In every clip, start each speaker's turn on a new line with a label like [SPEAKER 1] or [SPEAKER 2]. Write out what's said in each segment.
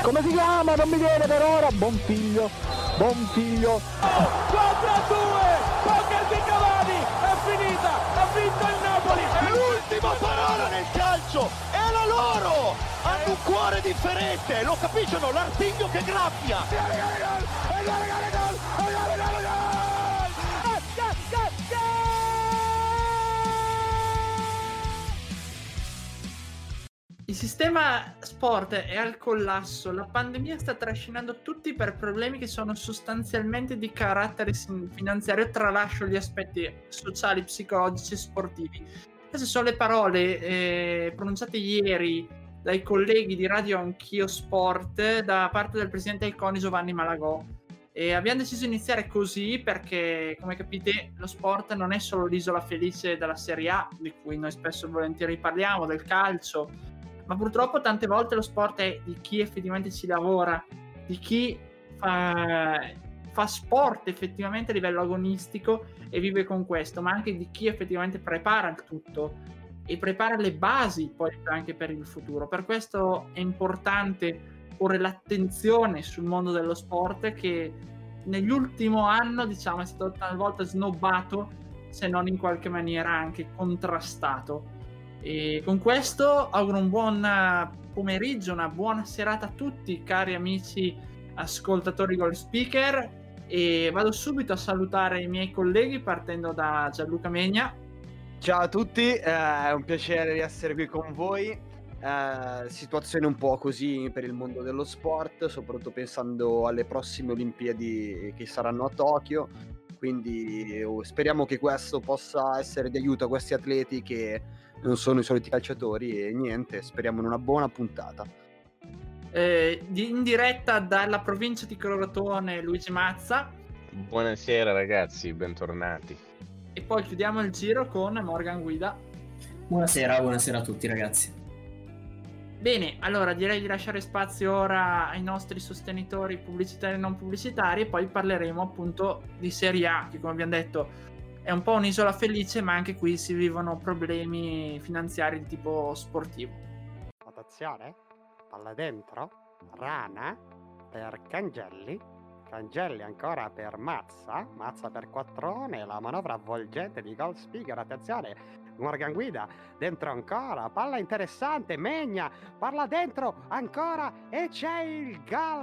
[SPEAKER 1] come si chiama? Non mi viene per ora. Bonfiglio.
[SPEAKER 2] 4-2, poker di Cavani, è finita, ha vinto il Napoli.
[SPEAKER 3] È l'ultima parola nel calcio, è la loro. Hanno un cuore differente, lo capiscono, l'artiglio che graffia.
[SPEAKER 4] Il sistema sport è al collasso, la pandemia sta trascinando tutti per problemi che sono sostanzialmente di carattere finanziario, tralascio gli aspetti sociali, psicologici e sportivi. Queste sono le parole pronunciate ieri dai colleghi di Radio Anch'io Sport da parte del presidente del CONI Giovanni Malagò. E abbiamo deciso di iniziare così perché, come capite, lo sport non è solo l'isola felice della Serie A, di cui noi spesso e volentieri parliamo, del calcio, ma purtroppo tante volte lo sport è di chi effettivamente ci lavora, di chi fa sport effettivamente a livello agonistico e vive con questo, ma anche di chi effettivamente prepara il tutto e prepara le basi poi anche per il futuro. Per questo è importante porre l'attenzione sul mondo dello sport, che nell'ultimo anno, diciamo, è stato talvolta snobbato, se non in qualche maniera anche contrastato. E con questo auguro un buon pomeriggio, una buona serata a tutti, cari amici ascoltatori Goal Speaker, e vado subito a salutare i miei colleghi partendo da Gianluca Megna.
[SPEAKER 5] Ciao a tutti, è un piacere di essere qui con voi. Situazione un po' così per il mondo dello sport, soprattutto pensando alle prossime Olimpiadi che saranno a Tokyo, quindi speriamo che questo possa essere di aiuto a questi atleti che non sono i soliti calciatori, e niente, speriamo in una buona puntata.
[SPEAKER 4] In diretta dalla provincia di Crotone, Luigi Mazza.
[SPEAKER 6] Buonasera ragazzi, bentornati.
[SPEAKER 4] E poi chiudiamo il giro con Morgan Guida.
[SPEAKER 7] Buonasera a tutti ragazzi.
[SPEAKER 4] Bene, allora direi di lasciare spazio ora ai nostri sostenitori pubblicitari e non pubblicitari, e poi parleremo appunto di Serie A, che come abbiamo detto è un po' un'isola felice, ma anche qui si vivono problemi finanziari di tipo sportivo.
[SPEAKER 8] Attenzione, palla dentro, Rana per Cangelli ancora per Mazza per Quattrone, la manovra avvolgente di Goal Speaker, attenzione, Morgan Guida, dentro ancora, palla interessante, Megna, palla dentro ancora e c'è il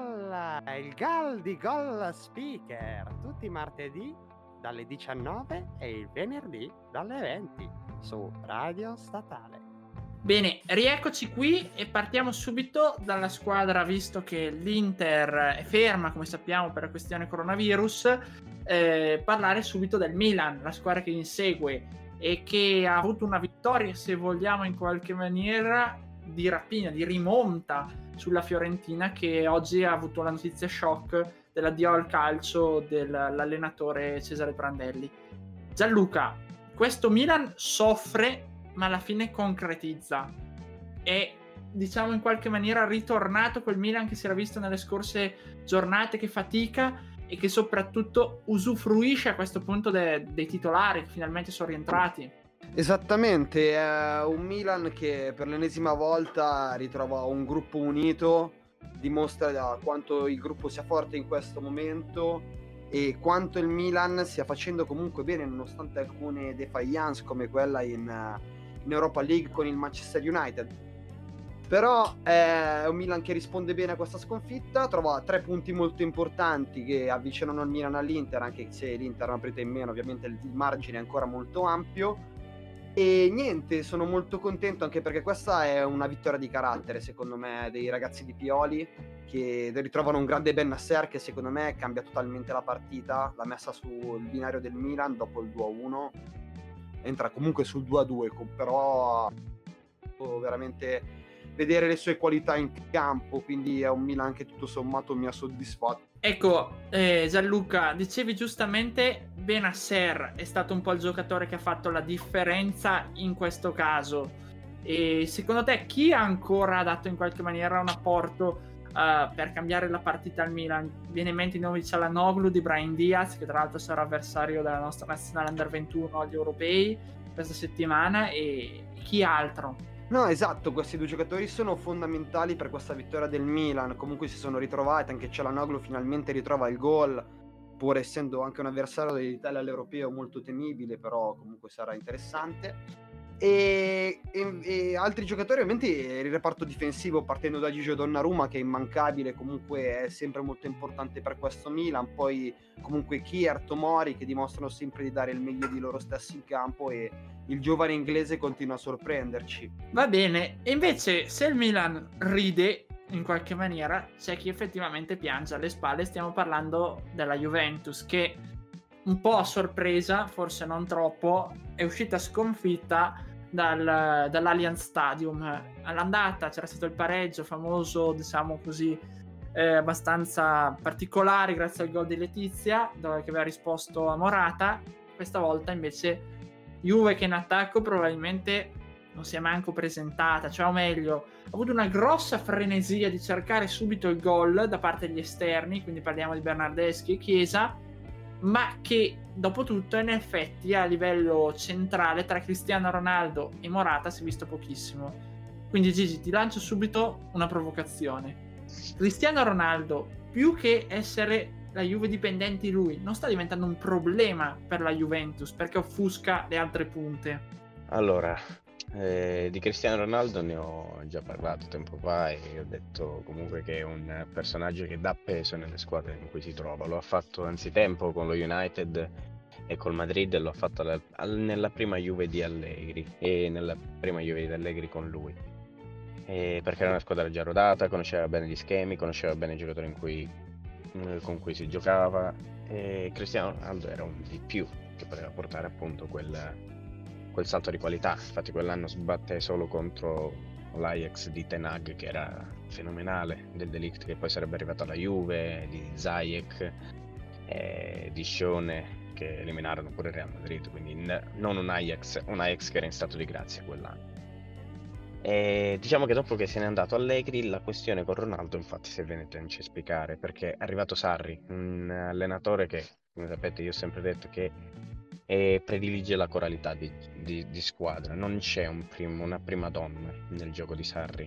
[SPEAKER 8] gol di Goal Speaker, tutti i martedì dalle 19 e il venerdì dalle 20 su Radio Statale.
[SPEAKER 4] Bene, rieccoci qui e partiamo subito dalla squadra, visto che l'Inter è ferma, come sappiamo, per la questione coronavirus, parlare subito del Milan, la squadra che insegue e che ha avuto una vittoria, se vogliamo in qualche maniera, di rapina, di rimonta sulla Fiorentina, che oggi ha avuto la notizia shock dell'addio al calcio dell'allenatore Cesare Prandelli. Gianluca, questo Milan soffre ma alla fine concretizza, è, diciamo, in qualche maniera ritornato quel Milan che si era visto nelle scorse giornate, che fatica e che soprattutto usufruisce a questo punto dei titolari che finalmente sono rientrati.
[SPEAKER 5] Esattamente, è un Milan che per l'ennesima volta ritrova un gruppo unito, dimostra quanto il gruppo sia forte in questo momento e quanto il Milan stia facendo comunque bene, nonostante alcune defiance come quella in Europa League con il Manchester United. Però è un Milan che risponde bene a questa sconfitta, trova 3 punti molto importanti che avvicinano il Milan all'Inter, anche se l'Inter ha una partita in meno, ovviamente il margine è ancora molto ampio. E niente, sono molto contento anche perché questa è una vittoria di carattere, secondo me, dei ragazzi di Pioli, che ritrovano un grande Bennacer che secondo me cambia totalmente la partita, l'ha messa sul binario del Milan dopo il 2-1, entra comunque sul 2-2, però veramente vedere le sue qualità in campo, quindi è un Milan che tutto sommato mi ha soddisfatto.
[SPEAKER 4] Ecco, Gianluca, dicevi giustamente, Bennacer è stato un po' il giocatore che ha fatto la differenza in questo caso, e secondo te chi ha ancora dato in qualche maniera un apporto per cambiare la partita al Milan? Viene in mente il nome di Çalhanoğlu, di Brahim Diaz, che tra l'altro sarà avversario della nostra nazionale Under 21 agli europei questa settimana, e chi altro?
[SPEAKER 5] No, esatto, questi due giocatori sono fondamentali per questa vittoria del Milan. Comunque si sono ritrovati, anche Çalhanoğlu finalmente ritrova il gol, pur essendo anche un avversario dell'Italia all'Europeo molto temibile, però comunque sarà interessante. E altri giocatori ovviamente il reparto difensivo, partendo da Gigio Donnarumma, che è immancabile, comunque è sempre molto importante per questo Milan. Poi comunque Kier, Tomori, che dimostrano sempre di dare il meglio di loro stessi in campo, e il giovane inglese continua a sorprenderci.
[SPEAKER 4] Va bene, e invece se il Milan ride in qualche maniera, c'è chi effettivamente piange alle spalle. Stiamo parlando della Juventus, che un po' a sorpresa, forse non troppo, è uscita sconfitta dall'Allianz Stadium. All'andata c'era stato il pareggio famoso, diciamo così, abbastanza particolare, grazie al gol di Letizia, che aveva risposto a Morata. Questa volta invece Juve, che in attacco probabilmente non si è manco presentata, cioè, o meglio, ha avuto una grossa frenesia di cercare subito il gol da parte degli esterni, quindi parliamo di Bernardeschi e Chiesa, ma che dopo tutto in effetti a livello centrale tra Cristiano Ronaldo e Morata si è visto pochissimo. Quindi Gigi, ti lancio subito una provocazione. Cristiano Ronaldo, più che essere la Juve dipendenti lui, non sta diventando un problema per la Juventus perché offusca le altre punte?
[SPEAKER 6] Allora, di Cristiano Ronaldo ne ho già parlato tempo fa e ho detto comunque che è un personaggio che dà peso nelle squadre in cui si trova. Lo ha fatto anzitempo con lo United e col Madrid, lo ha fatto nella prima Juve di Allegri e nella prima Juve di Allegri con lui, perché era una squadra già rodata, conosceva bene gli schemi, conosceva bene i giocatori con cui si giocava, e Cristiano Ronaldo era un di più che poteva portare appunto quel salto di qualità. Infatti quell'anno sbatte solo contro l'Ajax di Ten Hag, che era fenomenale, del De Ligt, che poi sarebbe arrivato alla Juve, di Ziyech, di Scione, che eliminarono pure il Real Madrid, quindi non un Ajax che era in stato di grazia quell'anno. E diciamo che dopo che se n'è andato Allegri, la questione con Ronaldo infatti si è venuta a incespicare, perché è arrivato Sarri, un allenatore che, come sapete, io ho sempre detto che predilige la coralità di squadra. Non c'è una prima donna nel gioco di Sarri,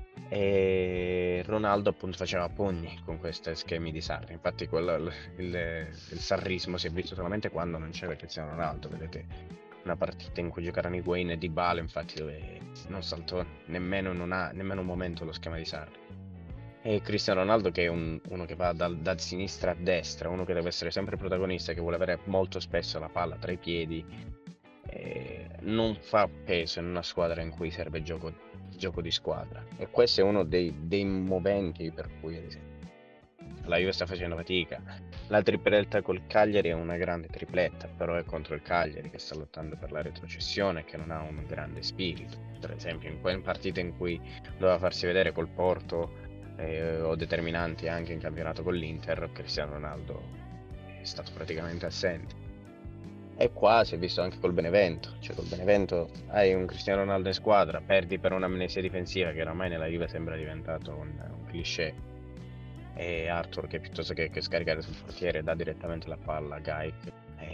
[SPEAKER 6] e Ronaldo appunto faceva pugni con questi schemi di Sarri. Infatti il sarrismo si è visto solamente quando non c'era Cristiano Ronaldo. Vedete una partita in cui giocarono Higuaín e Dybala, infatti, dove non saltò nemmeno un momento lo schema di Sarri. E Cristiano Ronaldo, che è uno che va da sinistra a destra, uno che deve essere sempre protagonista, che vuole avere molto spesso la palla tra i piedi, non fa peso in una squadra in cui serve gioco di squadra. E questo è uno dei momenti per cui, ad esempio, la Juve sta facendo fatica. La tripletta col Cagliari è una grande tripletta, però è contro il Cagliari che sta lottando per la retrocessione, che non ha un grande spirito. Per esempio in quelle partite in cui doveva farsi vedere col Porto, o determinanti anche in campionato con l'Inter, Cristiano Ronaldo è stato praticamente assente. E qua si è visto anche col Benevento, cioè col Benevento hai un Cristiano Ronaldo in squadra, perdi per un'amnesia difensiva che oramai nella Juve sembra diventato un cliché, e Arthur che piuttosto che scaricare sul portiere dà direttamente la palla a Gaik.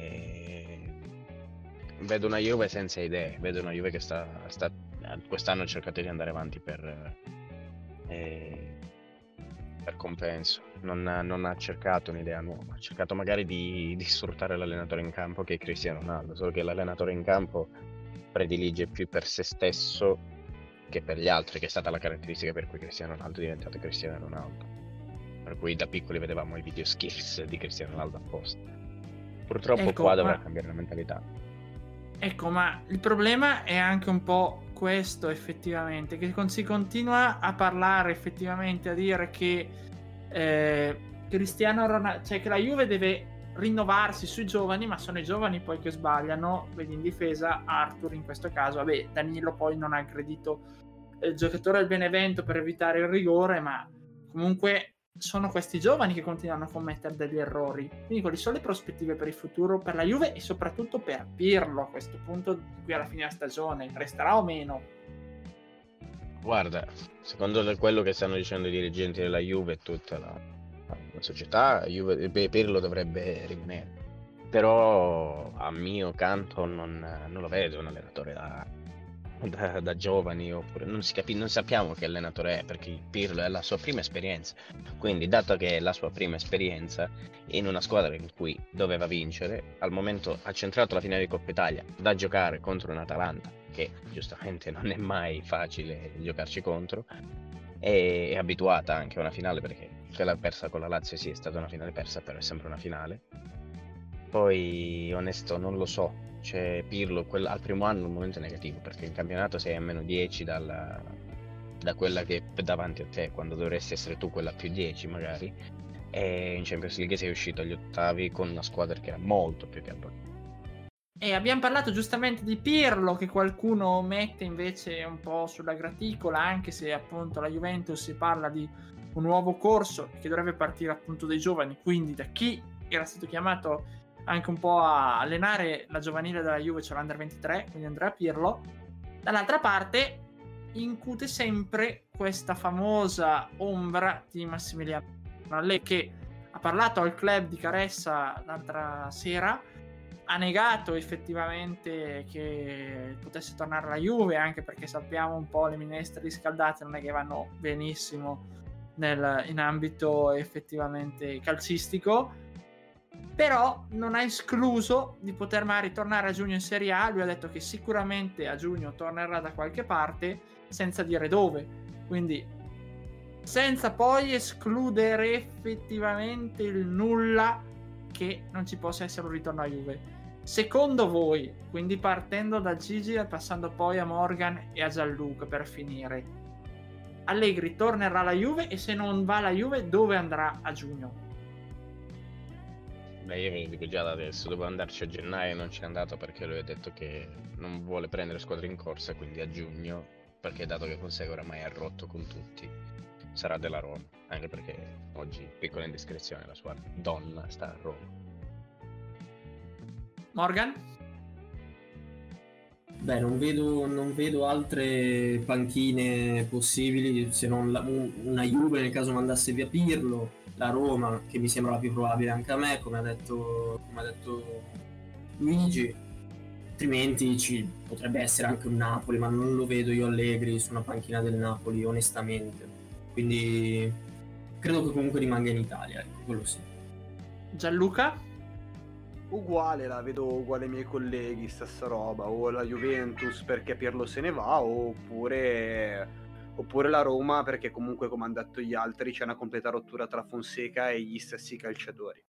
[SPEAKER 6] Vedo una Juve senza idee, vedo una Juve che quest'anno ha cercato di andare avanti per compenso, non ha cercato un'idea nuova, ha cercato magari di sfruttare l'allenatore in campo, che è Cristiano Ronaldo, solo che l'allenatore in campo predilige più per se stesso che per gli altri, che è stata la caratteristica per cui Cristiano Ronaldo è diventato Cristiano Ronaldo, per cui da piccoli vedevamo i video skills di Cristiano Ronaldo apposta. Purtroppo qua dovrà cambiare la mentalità.
[SPEAKER 4] Ecco, ma il problema è anche un po' questo, effettivamente, che si continua a parlare, effettivamente, a dire che Cristiano Ronaldo, cioè che la Juve deve rinnovarsi sui giovani, ma sono i giovani poi che sbagliano. Vedi in difesa Arthur in questo caso, vabbè, Danilo poi non ha aggredito il giocatore del Benevento per evitare il rigore, ma comunque sono questi giovani che continuano a commettere degli errori. Quindi quali sono le prospettive per il futuro per la Juve e soprattutto per Pirlo a questo punto, qui alla fine della stagione? Resterà o meno?
[SPEAKER 6] Guarda, secondo quello che stanno dicendo i dirigenti della Juve e tutta la società, Pirlo dovrebbe rimanere. Però a mio canto non lo vedo un allenatore da giovani, oppure non sappiamo che allenatore è, perché Pirlo è la sua prima esperienza. Quindi, dato che è la sua prima esperienza in una squadra in cui doveva vincere, al momento ha centrato la finale di Coppa Italia da giocare contro un Atalanta, che giustamente non è mai facile giocarci contro, e è abituata anche a una finale, perché quella persa con la Lazio sì è stata una finale persa, però è sempre una finale. Poi onesto non lo so, cioè Pirlo al primo anno il momento è negativo, perché in campionato sei a -10 da quella che è davanti a te, quando dovresti essere tu quella più 10 magari, e in Champions League sei uscito agli ottavi con una squadra che era molto più capabile.
[SPEAKER 4] E abbiamo parlato giustamente di Pirlo, che qualcuno mette invece un po' sulla graticola, anche se appunto la Juventus si parla di un nuovo corso che dovrebbe partire appunto dai giovani, quindi da chi era stato chiamato anche un po' a allenare la giovanile della Juve, cioè l'Under 23, quindi Andrea Pirlo. Dall'altra parte incute sempre questa famosa ombra di Massimiliano Allegri, che ha parlato al club di Caressa l'altra sera, ha negato effettivamente che potesse tornare alla Juve, anche perché sappiamo un po' le minestre riscaldate non è che vanno benissimo in ambito effettivamente calcistico, però non ha escluso di poter mai ritornare a giugno in Serie A. Lui ha detto che sicuramente a giugno tornerà da qualche parte, senza dire dove, quindi senza poi escludere effettivamente il nulla che non ci possa essere un ritorno a Juve. Secondo voi, quindi partendo da Gigi e passando poi a Morgan e a Gianluca per finire, Allegri tornerà alla Juve, e se non va alla Juve dove andrà a giugno?
[SPEAKER 6] Beh, io ve lo dico già da adesso, dopo andarci a gennaio non c'è andato perché lui ha detto che non vuole prendere squadre in corsa, quindi a giugno, perché dato che Fonseca oramai è rotto con tutti, sarà della Roma, anche perché oggi, piccola indiscrezione, la sua donna sta a Roma.
[SPEAKER 4] Morgan?
[SPEAKER 7] Beh, non vedo altre panchine possibili, se non una Juve nel caso mandasse via Pirlo, la Roma, che mi sembra la più probabile anche a me, come ha detto Luigi. Altrimenti ci potrebbe essere anche un Napoli, ma non lo vedo io Allegri su una panchina del Napoli, onestamente. Quindi credo che comunque rimanga in Italia, ecco, quello sì.
[SPEAKER 4] Gianluca?
[SPEAKER 5] Uguale, la vedo uguale ai miei colleghi, stessa roba, o la Juventus perché Pirlo se ne va, oppure la Roma perché comunque, come hanno detto gli altri, c'è una completa rottura tra Fonseca e gli stessi calciatori.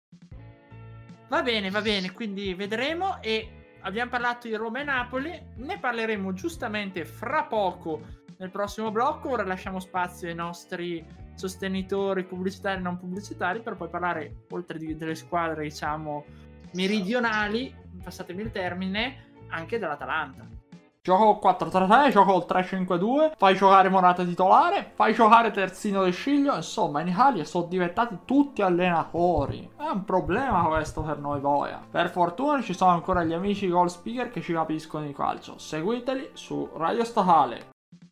[SPEAKER 4] Va bene, quindi vedremo. E abbiamo parlato di Roma e Napoli, ne parleremo giustamente fra poco nel prossimo blocco. Ora lasciamo spazio ai nostri sostenitori pubblicitari e non pubblicitari per poi parlare, oltre delle squadre diciamo meridionali, passatemi il termine, anche dell'Atalanta.
[SPEAKER 1] Gioco 4-3-3, gioco 3-5-2, fai giocare Morata titolare, fai giocare Terzino del Sciglio, insomma in Italia sono diventati tutti allenatori. È un problema questo per noi boia. Per fortuna ci sono ancora gli amici Goal Speaker che ci capiscono di calcio. Seguiteli su Radio Statale.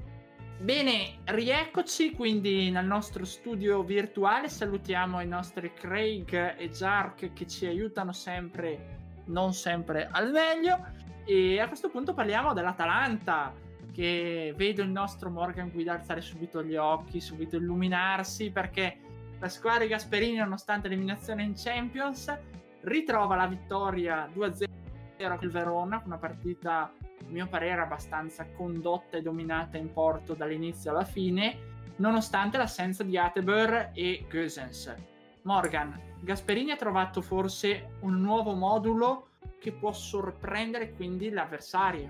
[SPEAKER 4] Bene, rieccoci quindi nel nostro studio virtuale. Salutiamo i nostri Craig e Jark che ci aiutano sempre, non sempre al meglio. E a questo punto parliamo dell'Atalanta, che vedo il nostro Morgan Guida alzare subito gli occhi, subito illuminarsi, perché la squadra di Gasperini, nonostante l'eliminazione in Champions, ritrova la vittoria 2-0 con il Verona, una partita a mio parere abbastanza condotta e dominata in porto dall'inizio alla fine, nonostante l'assenza di Atebor e Gosens. Morgan, Gasperini ha trovato forse un nuovo modulo che può sorprendere quindi l'avversario.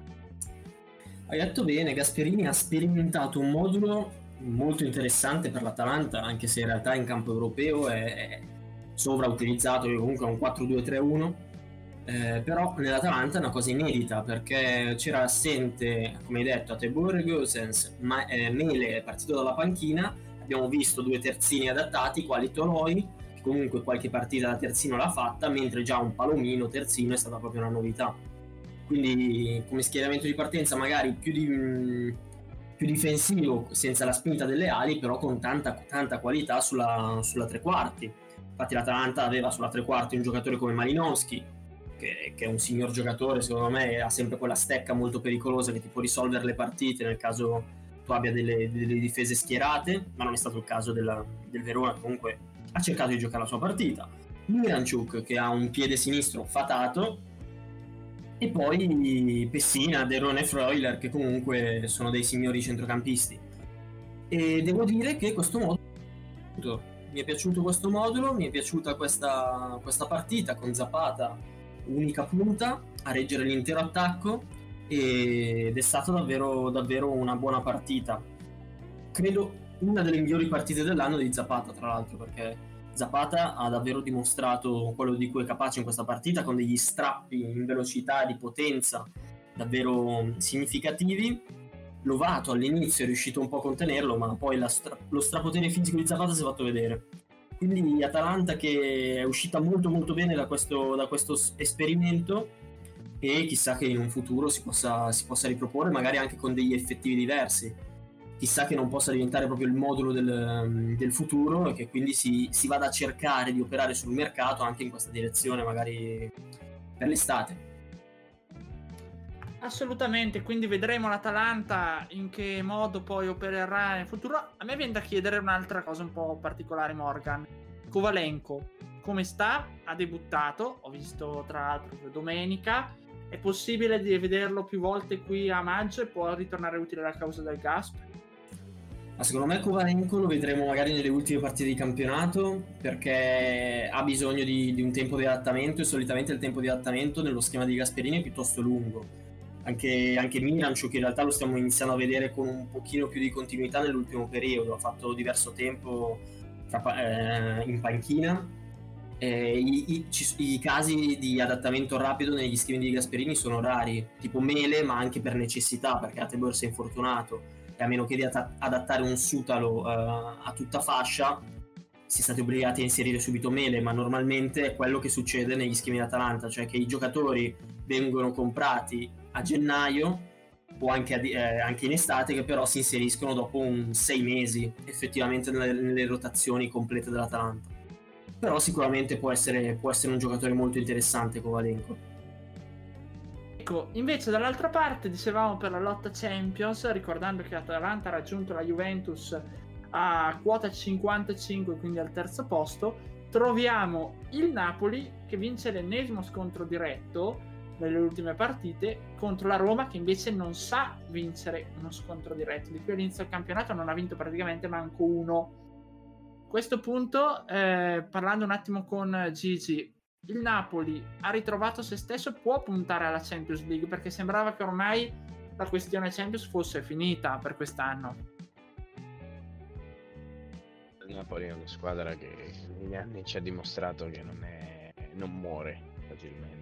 [SPEAKER 7] Hai detto bene, Gasperini ha sperimentato un modulo molto interessante per l'Atalanta, anche se in realtà in campo europeo è sovrautilizzato, comunque è un 4-2-3-1. Però nell'Atalanta è una cosa inedita, perché c'era assente, come hai detto, Atebor e Gosens, ma Mele è partito dalla panchina. Abbiamo visto due terzini adattati quali Toloi, che comunque qualche partita da terzino l'ha fatta, mentre già un Palomino terzino è stata proprio una novità. Quindi come schieramento di partenza magari più difensivo, senza la spinta delle ali, però con tanta qualità sulla tre quarti. Infatti l'Atalanta aveva sulla tre quarti un giocatore come Malinowski, che è un signor giocatore, secondo me ha sempre quella stecca molto pericolosa che ti può risolvere le partite nel caso tu abbia delle difese schierate, ma non è stato il caso del Verona, che comunque ha cercato di giocare la sua partita. Miranchuk, che ha un piede sinistro fatato, e poi Pessina, Derone e Freuler, che comunque sono dei signori centrocampisti. E devo dire che questo modulo mi è piaciuto, mi è piaciuta questa partita con Zapata unica punta a reggere l'intero attacco, ed è stata davvero una buona partita. Credo una delle migliori partite dell'anno di Zapata, tra l'altro, perché Zapata ha davvero dimostrato quello di cui è capace in questa partita, con degli strappi in velocità e di potenza davvero significativi. Lovato all'inizio è riuscito un po' a contenerlo, ma poi lo strapotere fisico di Zapata si è fatto vedere. Quindi Atalanta che è uscita molto molto bene da questo esperimento, e chissà che in un futuro si possa riproporre, magari anche con degli effettivi diversi. Chissà che non possa diventare proprio il modulo del futuro, e che quindi si vada a cercare di operare sul mercato anche in questa direzione, magari per l'estate.
[SPEAKER 4] Assolutamente, quindi vedremo l'Atalanta in che modo poi opererà nel futuro. A me viene da chiedere un'altra cosa un po' particolare, Morgan. Kovalenko, come sta? Ha debuttato, ho visto tra l'altro domenica. È possibile di vederlo più volte qui a maggio e può ritornare utile alla causa del Gasp?
[SPEAKER 7] Ma secondo me Kovalenko lo vedremo magari nelle ultime partite di campionato, perché ha bisogno di un tempo di adattamento, e solitamente il tempo di adattamento nello schema di Gasperini è piuttosto lungo. Anche Miranchuk in realtà lo stiamo iniziando a vedere con un pochino più di continuità nell'ultimo periodo, ha fatto diverso tempo in panchina. I casi di adattamento rapido negli schemi di Gasperini sono rari, tipo Mele, ma anche per necessità, perché Atebor si è infortunato, e a meno che di adattare un Sutalo a tutta fascia si è stati obbligati a inserire subito Mele, ma normalmente è quello che succede negli schemi di Atalanta, cioè che i giocatori vengono comprati a gennaio o anche in estate, che però si inseriscono dopo 6 mesi effettivamente nelle rotazioni complete dell'Atalanta. Però sicuramente può essere un giocatore molto interessante Kovalenko.
[SPEAKER 4] Ecco, invece dall'altra parte dicevamo per la lotta Champions, ricordando che l'Atalanta ha raggiunto la Juventus a quota 55, quindi al terzo posto, troviamo il Napoli che vince l'ennesimo scontro diretto nelle ultime partite contro la Roma, che invece non sa vincere uno scontro diretto. Di qui all'inizio del campionato non ha vinto praticamente manco uno. A questo punto, parlando un attimo con Gigi, il Napoli ha ritrovato se stesso, può puntare alla Champions League, perché sembrava che ormai la questione Champions fosse finita per quest'anno.
[SPEAKER 6] Il Napoli è una squadra che negli anni ci ha dimostrato che non muore facilmente.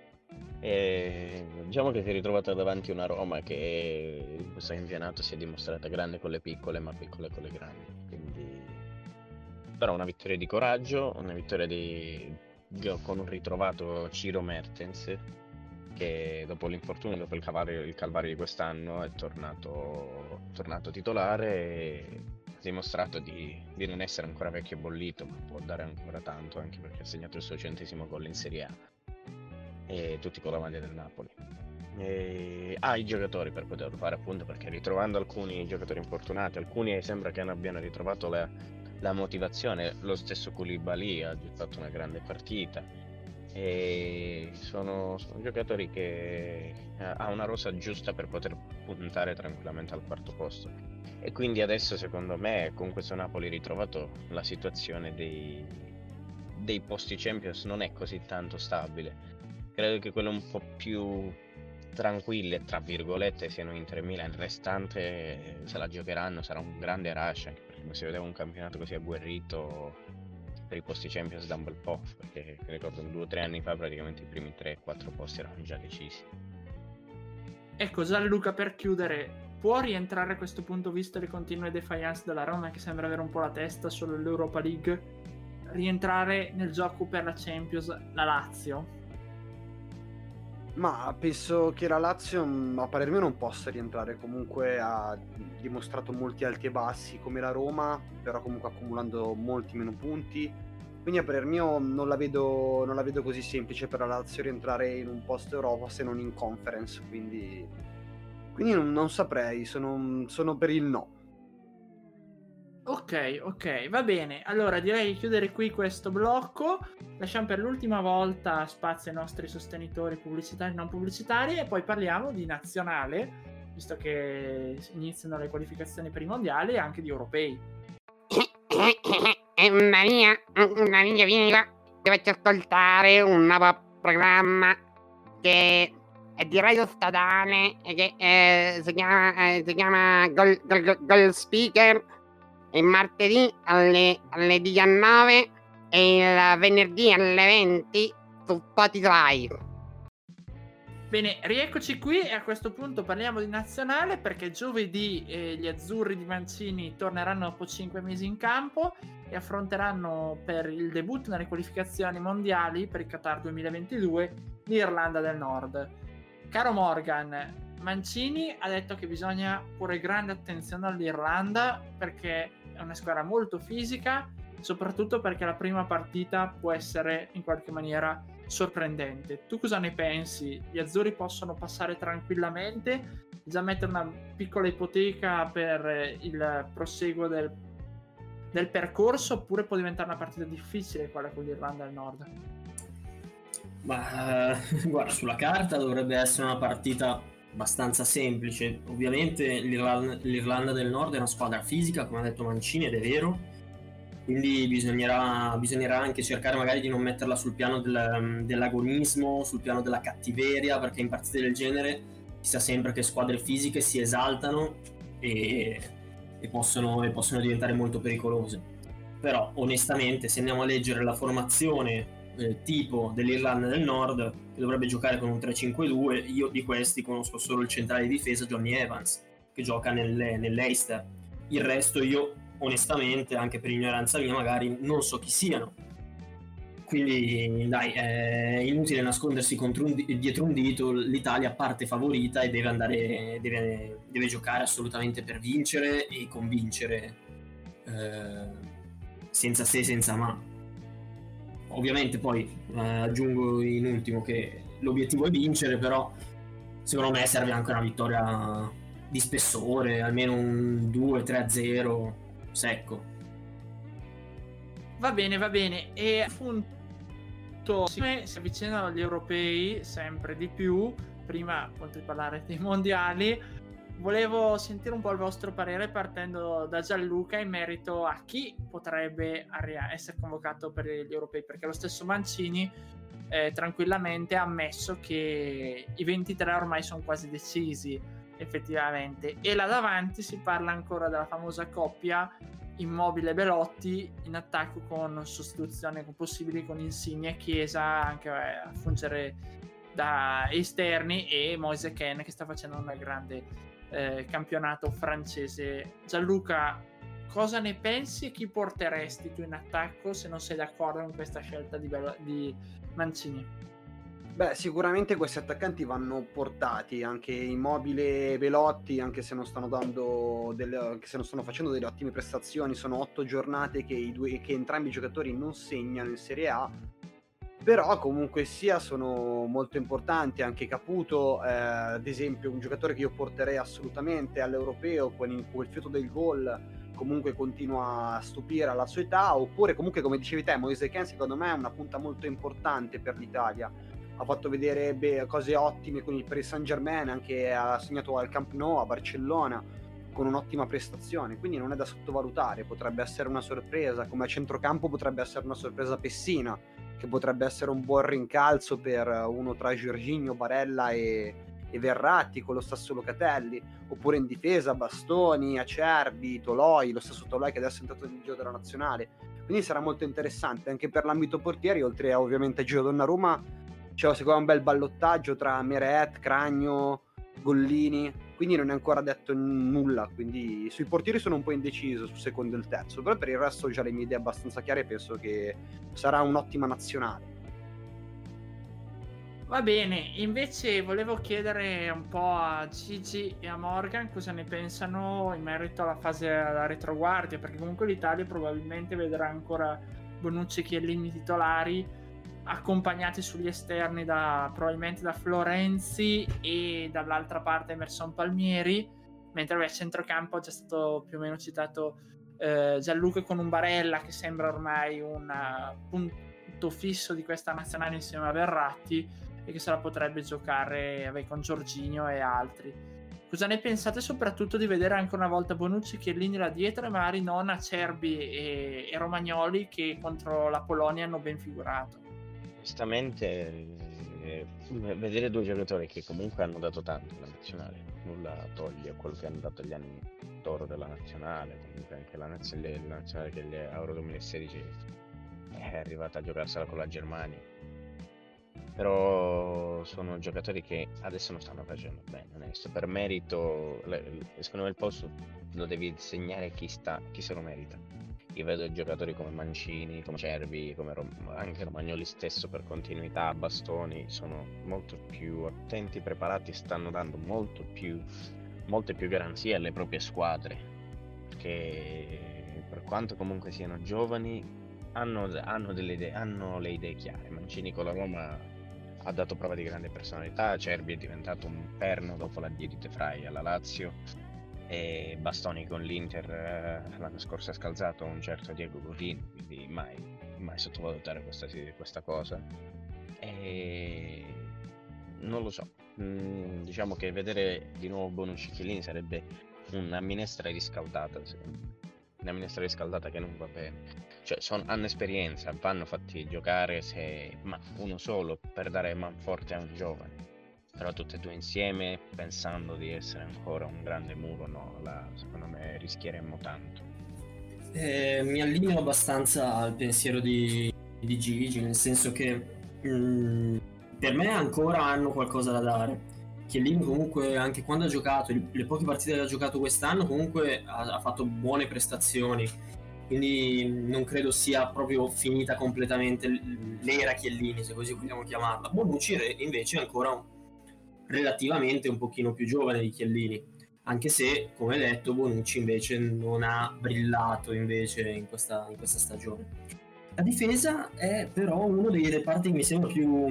[SPEAKER 6] E diciamo che si è ritrovata davanti una Roma che in questo campionato si è dimostrata grande con le piccole, ma piccole con le grandi. Quindi, però una vittoria di coraggio, una vittoria con un ritrovato Ciro Mertens, che dopo l'infortunio, dopo il calvario di quest'anno è tornato titolare, e ha dimostrato di non essere ancora vecchio e bollito, ma può dare ancora tanto, anche perché ha segnato il suo 100° gol in Serie A, e tutti con la maglia del Napoli. E ha i giocatori per poterlo fare, appunto, perché ritrovando alcuni giocatori infortunati, alcuni sembra che non abbiano ritrovato la motivazione. Lo stesso Koulibaly ha fatto una grande partita, e sono giocatori che ha una rosa giusta per poter puntare tranquillamente al quarto posto. E quindi adesso, secondo me, con questo Napoli ritrovato, la situazione dei posti Champions non è così tanto stabile. Credo che quelle un po' più tranquille, tra virgolette, siano Inter e Milan. Il restante se la giocheranno, sarà un grande rush, anche perché non si vedeva un campionato così agguerrito per i posti Champions da un bel po', perché ricordo 2 o 3 anni fa praticamente i primi 3-4 posti erano già decisi.
[SPEAKER 4] Ecco, Gianluca, per chiudere, può rientrare a questo punto, visto le continue defiance della Roma, che sembra avere un po' la testa solo l'Europa League, rientrare nel gioco per la Champions la Lazio?
[SPEAKER 5] Ma penso che la Lazio, a parer mio, non possa rientrare. Comunque ha dimostrato molti alti e bassi come la Roma, però comunque accumulando molti meno punti. Quindi a parer mio non la vedo così semplice per la Lazio rientrare in un posto Europa se non in Conference, quindi non saprei, sono per il no.
[SPEAKER 4] Ok, va bene. Allora direi di chiudere qui questo blocco. Lasciamo per l'ultima volta spazio ai nostri sostenitori pubblicitari e non pubblicitari e poi parliamo di nazionale, visto che iniziano le qualificazioni per i mondiali e anche di europei.
[SPEAKER 9] Una mia amica dovete ascoltare un nuovo programma che è di Radio Statale e che si chiama Goal Speaker il martedì alle 19 e il venerdì alle 20 su Spotify.
[SPEAKER 4] Bene, rieccoci qui e a questo punto parliamo di nazionale perché giovedì gli azzurri di Mancini torneranno dopo 5 mesi in campo e affronteranno per il debutto nelle qualificazioni mondiali per il Qatar 2022 l'Irlanda del Nord. Caro Morgan, Mancini ha detto che bisogna porre grande attenzione all'Irlanda perché è una squadra molto fisica, soprattutto perché la prima partita può essere in qualche maniera sorprendente. Tu cosa ne pensi? Gli azzurri possono passare tranquillamente, già mettere una piccola ipoteca per il proseguo del percorso, oppure può diventare una partita difficile quella con l'Irlanda del Nord?
[SPEAKER 7] Ma guarda, sulla carta dovrebbe essere una partita abbastanza semplice. Ovviamente l'Irlanda del Nord è una squadra fisica, come ha detto Mancini, ed è vero, quindi bisognerà anche cercare magari di non metterla sul piano dell'agonismo, sul piano della cattiveria, perché in partite del genere si sa sempre che squadre fisiche si esaltano e possono diventare molto pericolose. Però onestamente, se andiamo a leggere la formazione tipo dell'Irlanda del Nord, che dovrebbe giocare con un 3-5-2, io di questi conosco solo il centrale di difesa Johnny Evans, che gioca nell'Eister. Il resto io onestamente, anche per ignoranza mia, magari non so chi siano. Quindi dai, è inutile nascondersi dietro un dito. L'Italia parte favorita e deve giocare assolutamente per vincere e convincere, senza se senza ma. Ovviamente poi aggiungo in ultimo che l'obiettivo è vincere, però secondo me serve anche una vittoria di spessore, almeno un 2-3-0 secco.
[SPEAKER 4] Va bene. E appunto si avvicinano gli europei sempre di più. Prima appunto di parlare dei mondiali, volevo sentire un po' il vostro parere partendo da Gianluca in merito a chi potrebbe essere convocato per gli europei, perché lo stesso Mancini tranquillamente ha ammesso che i 23 ormai sono quasi decisi effettivamente, e là davanti si parla ancora della famosa coppia Immobile-Belotti in attacco, con sostituzione possibili con Insigne e Chiesa anche a fungere da esterni, e Moise Kean che sta facendo un grande campionato francese. Gianluca, cosa ne pensi e chi porteresti tu in attacco se non sei d'accordo con questa scelta di Mancini?
[SPEAKER 5] Beh, sicuramente questi attaccanti vanno portati, anche Immobile e Belotti, anche se non stanno facendo delle ottime prestazioni. Sono 8 giornate che entrambi i giocatori non segnano in Serie A, però comunque sia sono molto importanti. Anche Caputo, ad esempio, un giocatore che io porterei assolutamente all'Europeo, con il fiuto del gol comunque continua a stupire alla sua età. Oppure comunque, come dicevi te, Moise Kean secondo me è una punta molto importante per l'Italia. Ha fatto vedere cose ottime con il Paris Saint-Germain, anche ha segnato al Camp Nou a Barcellona con un'ottima prestazione, quindi non è da sottovalutare. Potrebbe essere una sorpresa, come a centrocampo potrebbe essere una sorpresa Pessina, che potrebbe essere un buon rincalzo per uno tra Jorginho, Barella e Verratti, con lo stesso Locatelli. Oppure in difesa Bastoni, Acerbi, Toloi, lo stesso Toloi che adesso è entrato nel giro della nazionale. Quindi sarà molto interessante anche per l'ambito portieri, oltre a ovviamente a Gio Donnarumma. C'è secondo me un bel ballottaggio tra Meret, Cragno, Gollini, quindi non è ancora detto nulla, quindi sui portieri sono un po' indeciso sul secondo e il terzo, però per il resto ho già le mie idee abbastanza chiare e penso che sarà un'ottima nazionale.
[SPEAKER 4] Va bene, invece volevo chiedere un po' a Gigi e a Morgan cosa ne pensano in merito alla fase della retroguardia, perché comunque l'Italia probabilmente vedrà ancora Bonucci e Chiellini titolari, accompagnati sugli esterni probabilmente da Florenzi e dall'altra parte Emerson Palmieri, mentre a centrocampo è già stato più o meno citato Gianluca con un Barella che sembra ormai un punto fisso di questa nazionale insieme a Verratti e che se la potrebbe giocare con Jorginho e altri. Cosa ne pensate soprattutto di vedere ancora una volta Bonucci e Chiellini là dietro e magari non Acerbi e Romagnoli che contro la Polonia hanno ben figurato?
[SPEAKER 6] Onestamente, vedere due giocatori che comunque hanno dato tanto alla nazionale, nulla toglie a quello che hanno dato gli anni d'oro della nazionale, comunque anche la nazionale che l'Euro 2016 è arrivata a giocarsela con la Germania, però sono giocatori che adesso non stanno facendo bene, onesto, per merito, secondo me il posto lo devi segnare chi se lo merita. Io vedo giocatori come Mancini, come Cervi, come anche Romagnoli stesso per continuità, bastoni, sono molto più attenti, preparati, stanno dando molte più garanzie alle proprie squadre, che per quanto comunque siano giovani hanno delle idee, hanno le idee chiare. Mancini con la Roma ha dato prova di grande personalità, Cervi è diventato un perno dopo l'addio di De Vrij alla Lazio, e Bastoni con l'Inter l'anno scorso ha scalzato un certo Diego Godin, quindi mai sottovalutare questa cosa. E non lo so, diciamo che vedere di nuovo Bonucci e Chiellini sarebbe una minestra riscaldata, una minestra riscaldata che non va bene. Cioè hanno esperienza, vanno fatti giocare, ma uno solo per dare manforte a un giovane. Però tutte e due insieme, pensando di essere ancora un grande muro, no, secondo me rischieremmo tanto.
[SPEAKER 7] Mi allineo abbastanza al pensiero di Gigi, nel senso che per me ancora hanno qualcosa da dare. Chiellini comunque, anche quando ha giocato, le poche partite che ha giocato quest'anno, comunque ha fatto buone prestazioni, quindi non credo sia proprio finita completamente l'era Chiellini, se così vogliamo chiamarla. Bonucci invece è ancora relativamente un pochino più giovane di Chiellini, anche se, come detto, Bonucci invece non ha brillato invece in questa stagione. La difesa è però uno dei reparti che mi sembra più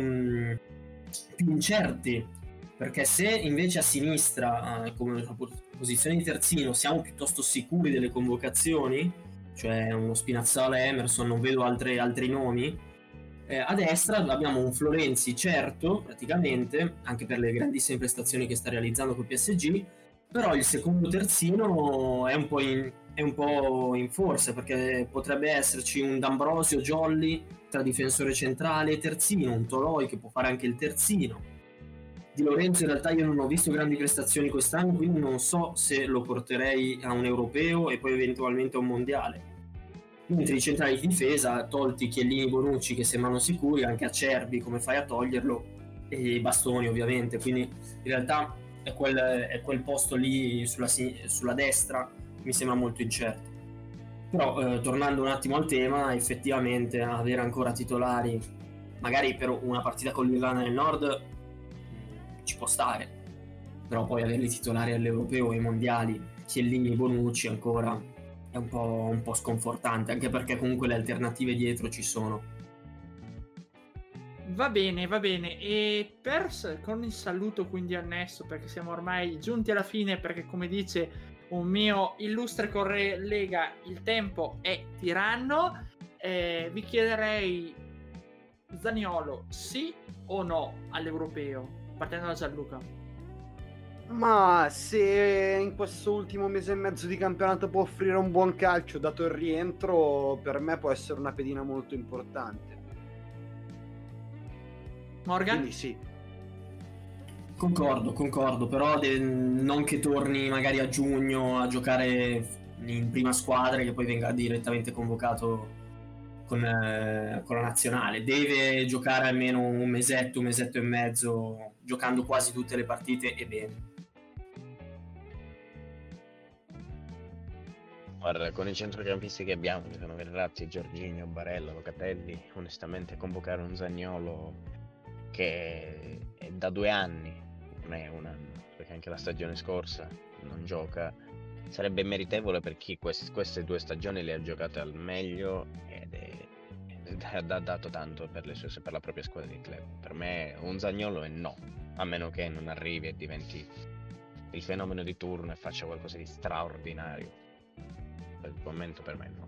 [SPEAKER 7] incerti, perché se invece a sinistra, come posizione di terzino, siamo piuttosto sicuri delle convocazioni, cioè uno Spinazzola e Emerson, non vedo altri nomi. A destra abbiamo un Florenzi certo, praticamente, anche per le grandissime prestazioni che sta realizzando col PSG, però il secondo terzino è un po' in forza, perché potrebbe esserci un D'Ambrosio Jolly tra difensore centrale e terzino, un Toloi che può fare anche il terzino. Di Lorenzo in realtà io non ho visto grandi prestazioni quest'anno, quindi non so se lo porterei a un europeo e poi eventualmente a un mondiale. Mentre i centrali di difesa, tolti Chiellini, Bonucci che sembrano sicuri, anche Acerbi come fai a toglierlo, e i Bastoni ovviamente, quindi in realtà è quel posto lì sulla destra che mi sembra molto incerto. Però tornando un attimo al tema, effettivamente avere ancora titolari magari per una partita con l'Irlanda del Nord ci può stare, però poi averli titolari all'Europeo e ai mondiali, Chiellini e Bonucci ancora è un po' sconfortante, anche perché comunque le alternative dietro ci sono.
[SPEAKER 4] Va bene, e con il saluto quindi annesso, perché siamo ormai giunti alla fine, perché come dice un mio illustre collega, il tempo è tiranno, vi chiederei Zaniolo sì o no all'Europeo, partendo da Gianluca.
[SPEAKER 5] Ma se in questo ultimo mese e mezzo di campionato può offrire un buon calcio, dato il rientro, per me può essere una pedina molto importante.
[SPEAKER 4] Morgan?
[SPEAKER 5] Quindi sì.
[SPEAKER 7] Concordo, però non che torni magari a giugno a giocare in prima squadra e che poi venga direttamente convocato con la nazionale. Deve giocare almeno un mesetto e mezzo, giocando quasi tutte le partite e bene.
[SPEAKER 6] Guarda, con i centrocampisti che abbiamo, che sono Verratti, Jorginho, Barella, Locatelli, onestamente convocare un Zaniolo che è da 2 anni, non è un anno, perché anche la stagione scorsa non gioca, sarebbe meritevole per chi queste 2 stagioni le ha giocate al meglio ed è ha dato tanto per la propria squadra di club. Per me un Zaniolo è no, a meno che non arrivi e diventi il fenomeno di turno e faccia qualcosa di straordinario. Per il momento per me no.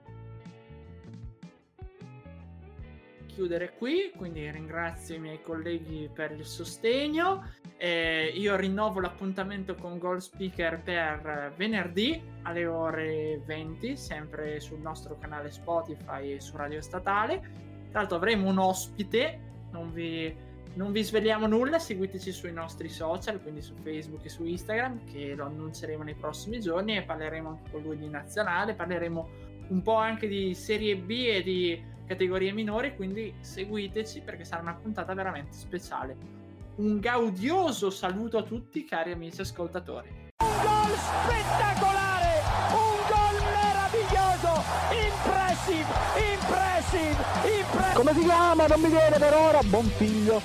[SPEAKER 4] Chiudere qui, quindi ringrazio i miei colleghi per il sostegno. Io rinnovo l'appuntamento con Goal Speaker per venerdì alle ore 20, sempre sul nostro canale Spotify e su Radio Statale. Tra l'altro avremo un ospite, non vi sveliamo nulla, seguiteci sui nostri social, quindi su Facebook e su Instagram, che lo annunceremo nei prossimi giorni, e parleremo anche con lui di nazionale, parleremo un po' anche di Serie B e di categorie minori, quindi seguiteci perché sarà una puntata veramente speciale. Un gaudioso saluto a tutti, cari amici ascoltatori.
[SPEAKER 2] Un gol spettacolare, un gol meraviglioso, impressive.
[SPEAKER 3] Come si chiama? Non mi viene per ora. Buon figlio.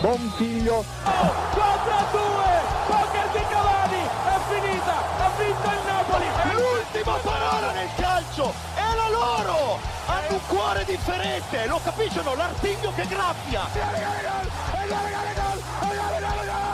[SPEAKER 2] Contro due, poker di Cavani, è finita, ha vinto il Napoli.
[SPEAKER 3] L'ultima parola nel calcio è la loro. Hanno un cuore differente, lo capiscono? L'artiglio che graffia.